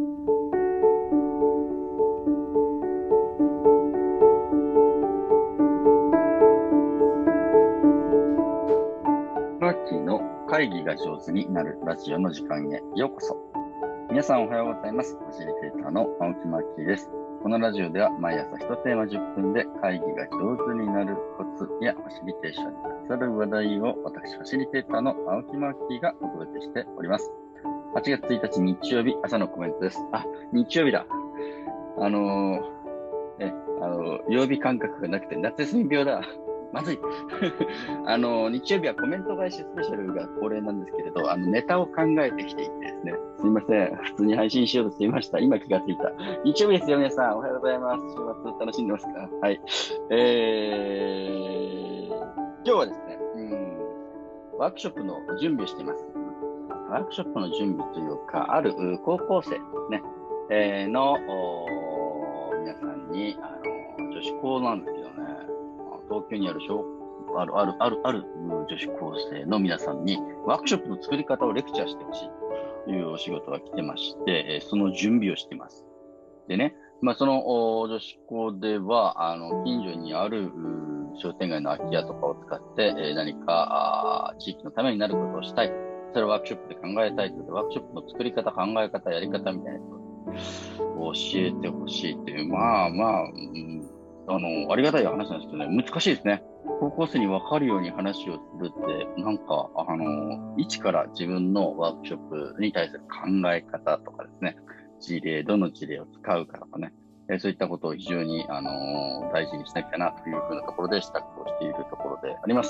マーキーの会議が上手になるラジオの時間へようこそ。皆さんおはようございます。ファシリテーターの青木マーキーです。このラジオでは毎朝1テーマ10分で会議が上手になるコツやファシリテーションに関する話題を私、ファシリテーターの青木マーキーがお届けしております。8月1日日曜日朝のコメントです。日曜日だ。曜日感覚がなくて夏休み病だ。まずい。日曜日はコメント返しスペシャルが恒例なんですけれど、ネタを考えてきていてですね、すいません。普通に配信しようとしていました。今気がついた。日曜日ですよ、皆さん。おはようございます。週末楽しんでますか？はい。今日はですね、ワークショップの準備をしています。ワークショップの準備というか、ある高校生ですね、の皆さんに、女子校なんですけどね、東京にある女子高生の皆さんにワークショップの作り方をレクチャーしてほしいというお仕事が来てまして、その準備をしています。でね、その女子校では、近所にある商店街の空き家とかを使って、何か地域のためになることをしたい。それをワークショップで考えたいというワークショップの作り方、考え方、やり方みたいなことを教えてほしいという、ありがたい話なんですけどね、難しいですね。高校生に分かるように話をするって、一から自分のワークショップに対する考え方とかですね、どの事例を使うかとかね、そういったことを非常に、大事にしなきゃなというふうなところで支度をしているところであります。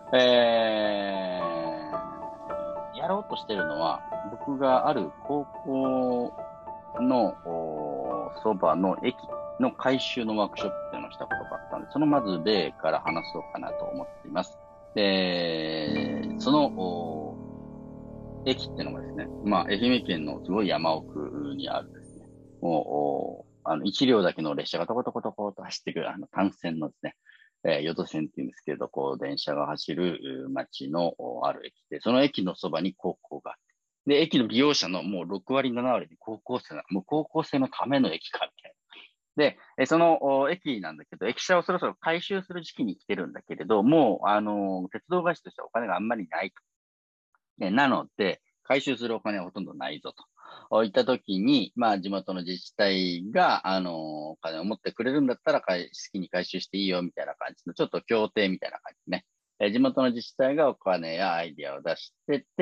やろうとしているのは、僕がある高校のそばの駅の改修のワークショップっていうのをしたことがあったので、そのまず例から話そうかなと思っています。で、その駅っていうのがですね、愛媛県のすごい山奥にあるですね、もう、一両だけの列車がトコトコトコと走ってくる、単線のですね、淀線っていうんですけれど、電車が走る街のある駅で、その駅のそばに高校があって、で、駅の利用者のもう6割、7割で高校生もう高校生のための駅か、みたいな。で、その駅なんだけど、駅舎をそろそろ改修する時期に来てるんだけれど、もう、鉄道会社としてはお金があんまりないと。なので、回収するお金はほとんどないぞといったときに、地元の自治体が、お金を持ってくれるんだったら、好きに回収していいよ、みたいな感じの、ちょっと協定みたいな感じね。地元の自治体がお金やアイディアを出してって、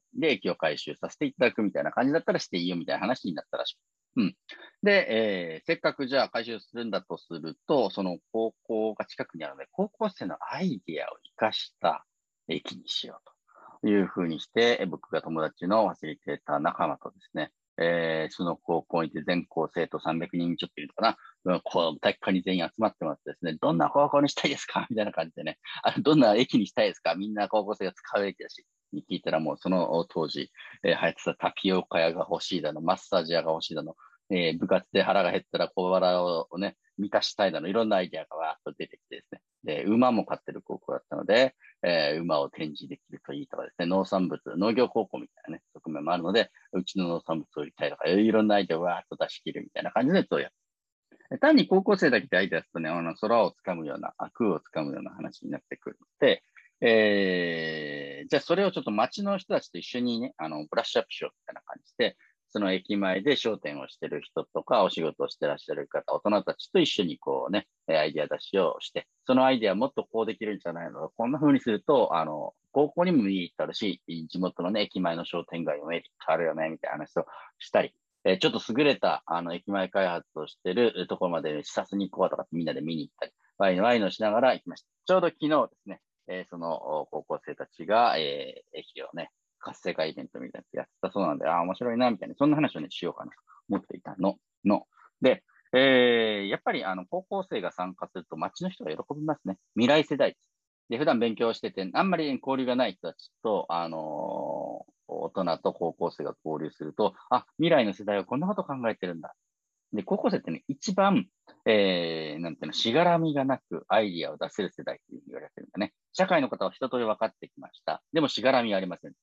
で、駅を回収させていただくみたいな感じだったらしていいよ、みたいな話になったらしく。うん。で、せっかくじゃあ回収するんだとすると、その高校が近くにあるので、高校生のアイディアを活かした駅にしようと。いうふうにして、僕が友達のファシリテーター仲間とですね、その高校にて全校生徒300人ちょっといるのかな、体育館に全員集まってますですね、どんな高校にしたいですかみたいな感じでね、どんな駅にしたいですか、みんな高校生が使う駅だし、に聞いたらもうその当時、流行ってたタピオカ屋が欲しいだの、マッサージ屋が欲しいだの、部活で腹が減ったら小腹をね、満たしたいだの、いろんなアイデアがわーっと出てきてですね、で、馬も飼ってる高校だったので、馬を展示できるといいとかですね、農業高校みたいなね、側面もあるので、うちの農産物を売りたいとか、いろんなアイデアをわーっと出し切るみたいな感じで、そうやる。単に高校生だけでアイデアするとね、空をつかむような、空をつかむような話になってくるので、じゃあそれをちょっと街の人たちと一緒にね、ブラッシュアップしようみたいな感じで、その駅前で商店をしてる人とか、お仕事をしてらっしゃる方、大人たちと一緒にこうね、アイデア出しをして、そのアイデアもっとこうできるんじゃないのか、こんな風にすると、高校にもメリットあるし、地元のね、駅前の商店街もメリットあるよね、みたいな話をしたり、ちょっと優れた、駅前開発をしてるところまで視察に行こうとかみんなで見に行ったり、ワイのしながら行きました。ちょうど昨日ですね、その高校生たちが、駅をね、活性化イベントみたいなやってたそうなんで、面白いな、みたいな、そんな話をね、しようかなと思っていたの。で、やっぱり高校生が参加すると街の人が喜びますね。未来世代です。で、普段勉強してて、あんまり交流がない人たちと、大人と高校生が交流すると、未来の世代はこんなこと考えてるんだ。で、高校生ってね、一番、なんていうの、しがらみがなくアイディアを出せる世代っていうふうに言われてるんだね。社会のことは一通り分かってきました。でもしがらみはありません。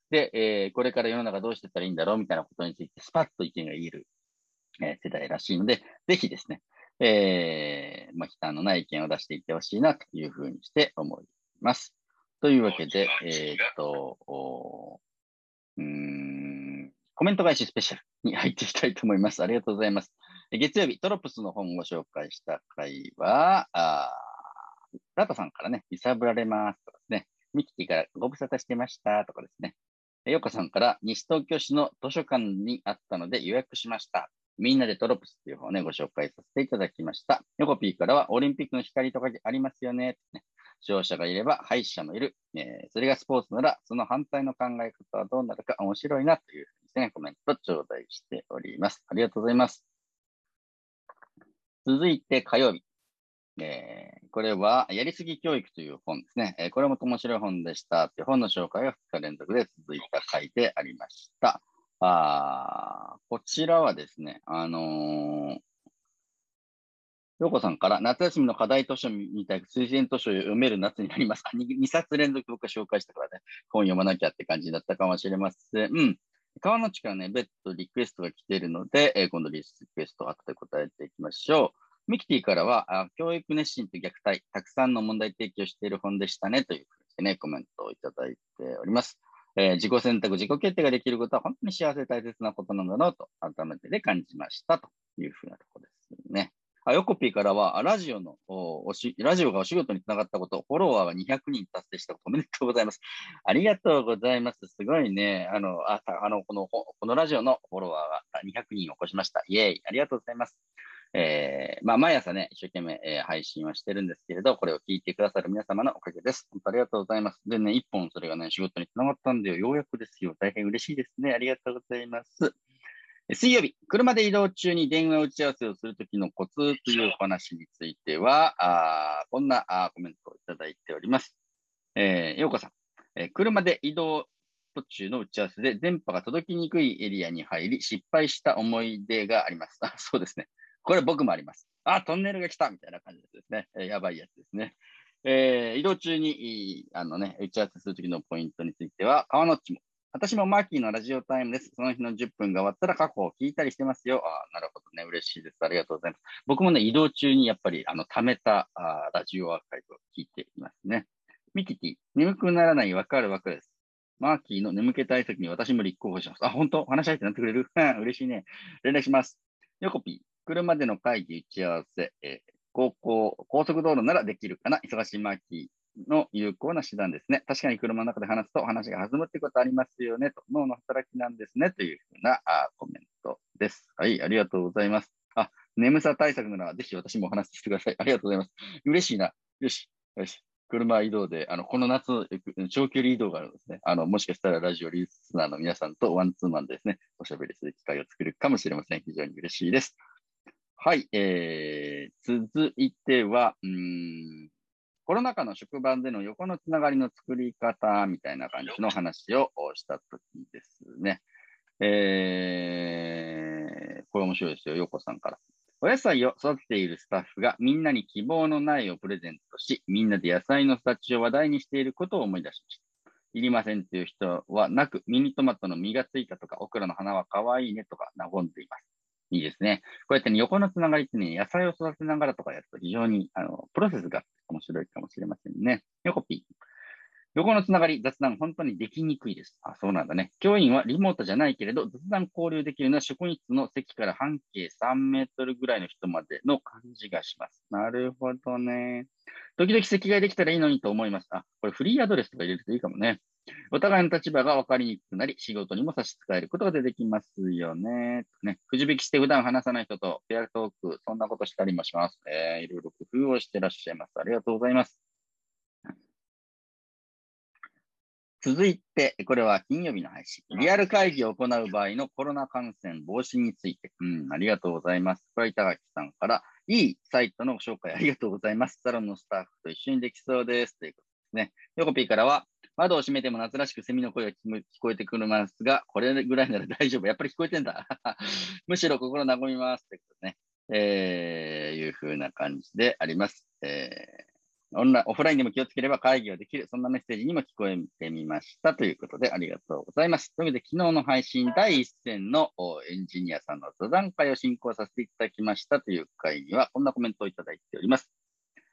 で、これから世の中どうしていったらいいんだろうみたいなことについてスパッと意見が言える、世代らしいので、ぜひですね、まあ、忌憚のない意見を出していってほしいなというふうにして思います。というわけで、コメント返しスペシャルに入っていきたいと思います。ありがとうございます。月曜日、トロプスの本をご紹介した回は、ラタさんからね、揺さぶられますとかですね、ミキティからご無沙汰してましたとかですね、ヨコさんから西東京市の図書館にあったので予約しました。みんなでトロプスっていう本をね、ご紹介させていただきました。ヨコピーからはオリンピックの光とかありますよね。勝者がいれば敗者もいる。それがスポーツなら、その反対の考え方はどうなるか面白いなというふうにですね、コメント頂戴しております。ありがとうございます。続いて火曜日。これは、やりすぎ教育という本ですね。これも面白い本でしたっていう本の紹介が2日連続で続いた回でありました。こちらはですね、ようこさんから夏休みの課題図書みたいな推薦図書を読める夏になります。2冊連続僕が紹介したからね、本読まなきゃって感じだったかもしれません。川の地からね、別途リクエストが来ているので、今度リクエスト後で答えていきましょう。ミキティからは、教育熱心と虐待、たくさんの問題提起をしている本でしたね、というふうにね、コメントをいただいております。自己選択、自己決定ができることは本当に幸せ大切なことなんだろうと、改めてで感じましたというふうなところですね。ヨコピーからは、ラジオがお仕事につながったこと、フォロワーが200人達成したこと、おめでとうございます。ありがとうございます。すごいね。このラジオのフォロワーが200人を超しました。イェーイ。ありがとうございます。まあ、毎朝ね、一生懸命、配信はしてるんですけれど、これを聞いてくださる皆様のおかげです。本当ありがとうございます。でね、一本それがね、仕事につながったんで、ようやくですよ。大変嬉しいですね。ありがとうございます。水曜日、車で移動中に電話打ち合わせをするときのコツというお話については、こんなコメントをいただいております。ようこさん、車で移動途中の打ち合わせで電波が届きにくいエリアに入り、失敗した思い出があります。そうですね。これ僕もあります。トンネルが来たみたいな感じですね。やばいやつですね。移動中に、打ち合わせするときのポイントについては、川のっちも私もマーキーのラジオタイムです。その日の10分が終わったら過去を聞いたりしてますよ。なるほどね。嬉しいです。ありがとうございます。僕もね、移動中にやっぱり、貯めた、ラジオアーカイブを聞いていますね。ミキティ、眠くならないわかるわかるです。マーキーの眠気対策に私も立候補します。本当話し相手になってくれる嬉しいね。連絡します。ヨコピー、車での会議打ち合わせ、高速道路ならできるかな忙しいマーキーの有効な手段ですね。確かに車の中で話すと話が弾むってことありますよねと。脳の働きなんですねというふうなコメントです。はい、ありがとうございます。眠さ対策ならぜひ私もお話ししてください。ありがとうございます。嬉しいな。よし。よし。車移動で、この夏、長距離移動があるんですね。もしかしたらラジオリスナーの皆さんとワンツーマンでですね、おしゃべりする機会を作るかもしれません。非常に嬉しいです。はい、続いては、コロナ禍の職場での横のつながりの作り方みたいな感じの話をしたときですね。これ面白いですよ。ヨコさんから。お野菜を育てているスタッフがみんなに希望の苗をプレゼントし、みんなで野菜の形を話題にしていることを思い出しました。いりませんという人はなく、ミニトマトの実がついたとか、オクラの花は可愛いねとか、和んでいます。いいですね。こうやってね、横のつながりってね、野菜を育てながらとかやると非常に、プロセスが面白いかもしれませんね。ヨコピー。横のつながり、雑談、本当にできにくいです。そうなんだね。教員はリモートじゃないけれど、雑談交流できるのは職員室の席から半径3メートルぐらいの人までの感じがします。なるほどね。時々席替えできたらいいのにと思います。これフリーアドレスとか入れるといいかもね。お互いの立場が分かりにくくなり、仕事にも差し支えることが出てきますよね。くじ引きして普段話さない人とペアトーク、そんなことしたりもします。いろいろ工夫をしてらっしゃいます。ありがとうございます。続いて、これは金曜日の配信。リアル会議を行う場合のコロナ感染防止について。ありがとうございます。これは板垣さんから、いいサイトの紹介ありがとうございます。サロンのスタッフと一緒にできそうです。ということですね。ヨコピーからは、窓を閉めても夏らしくセミの声が聞こえてくるますが、これぐらいなら大丈夫。やっぱり聞こえてんだ。むしろ心和みます。ということね。いう風な感じであります。 オフラインでも気をつければ会議ができる。そんなメッセージにも聞こえてみましたということでありがとうございます。というわけで昨日の配信第一線のエンジニアさんの座談会を進行させていただきましたという回にはこんなコメントをいただいております。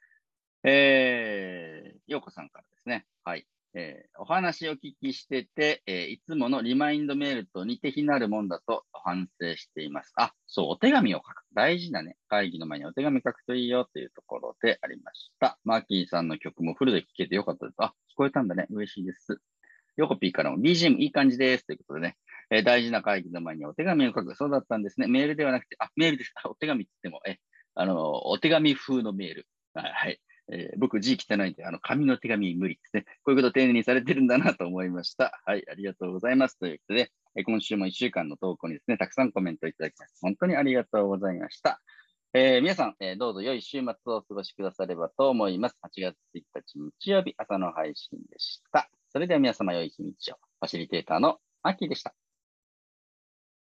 ようこさんからですね。はい。お話を聞きしてて、いつものリマインドメールと似て非なるもんだと反省しています。あ、そう、お手紙を書く。大事だね。会議の前にお手紙書くといいよというところでありました。マーキーさんの曲もフルで聴けてよかったです。あ、聞こえたんだね。嬉しいです。ヨコピーからも BGM いい感じです。ということでね。大事な会議の前にお手紙を書く。そうだったんですね。メールではなくて、メールです。お手紙って言っても、お手紙風のメール。はい。僕字汚いんで、紙の手紙無理ですね。こういうことを丁寧にされてるんだなと思いました。はい、ありがとうございます。ということで、今週も1週間の投稿にですね、たくさんコメントいただきまして、本当にありがとうございました。皆さん、どうぞ良い週末をお過ごしくださればと思います。8月1日日曜日朝の配信でした。それでは皆様良い日にちを。ファシリテーターのアッキーでした。